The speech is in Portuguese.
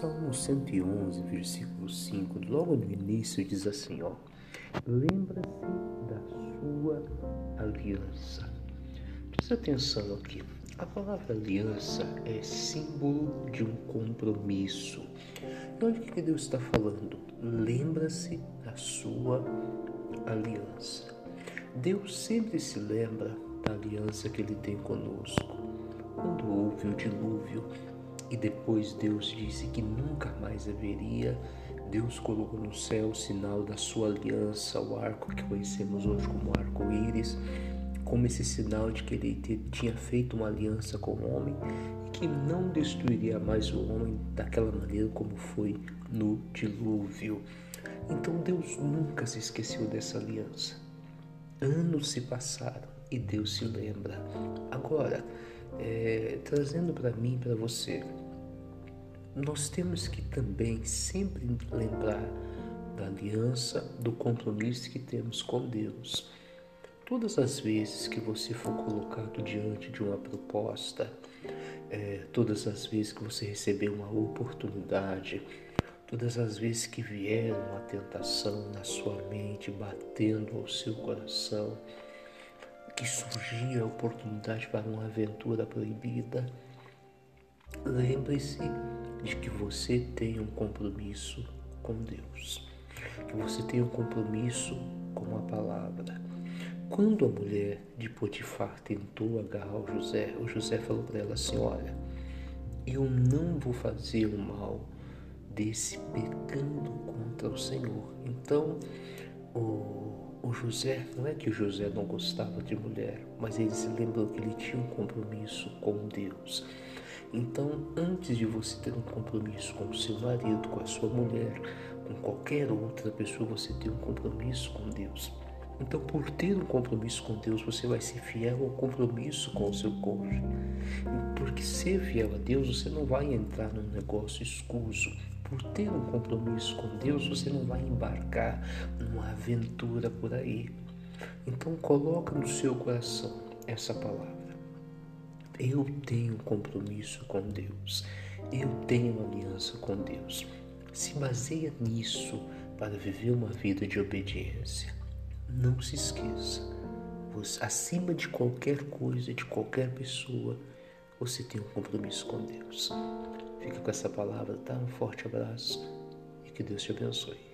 Salmo 111, versículo 5, logo no início diz assim, lembra-se da sua aliança. Presta atenção aqui. A palavra aliança é símbolo de um compromisso. E olha o que Deus está falando. Lembra-se da sua aliança. Deus sempre se lembra da aliança que Ele tem conosco. Quando houve o dilúvio e depois Deus disse que nunca mais haveria, Deus colocou no céu o sinal da sua aliança, o arco que conhecemos hoje como arco-íris, como esse sinal de que Ele tinha feito uma aliança com o homem e que não destruiria mais o homem daquela maneira como foi no dilúvio. Então Deus nunca se esqueceu dessa aliança. Anos se passaram e Deus se lembra. Agora, trazendo para mim e para você, nós temos que também sempre lembrar da aliança, do compromisso que temos com Deus. Todas as vezes que você for colocado diante de uma proposta, todas as vezes que você receber uma oportunidade, todas as vezes que vier uma tentação na sua mente, batendo ao seu coração, que surgir a oportunidade para uma aventura proibida, lembre-se de que você tem um compromisso com Deus, que você tem um compromisso com a palavra. Quando a mulher de Potifar tentou agarrar o José falou para ela assim, olha, eu não vou fazer o mal desse pecando contra o Senhor. Então, o José, não é que o José não gostava de mulher, mas ele se lembrou que ele tinha um compromisso com Deus. Então, antes de você ter um compromisso com o seu marido, com a sua mulher, com qualquer outra pessoa, você tem um compromisso com Deus. Então, por ter um compromisso com Deus, você vai ser fiel ao compromisso com o seu cônjuge. Porque ser fiel a Deus, você não vai entrar num negócio escuso. Por ter um compromisso com Deus, você não vai embarcar numa aventura por aí. Então, coloca no seu coração essa palavra. Eu tenho um compromisso com Deus. Eu tenho uma aliança com Deus. Se baseia nisso para viver uma vida de obediência. Não se esqueça, acima de qualquer coisa, de qualquer pessoa, você tem um compromisso com Deus. Fica com essa palavra, tá? Um forte abraço e que Deus te abençoe.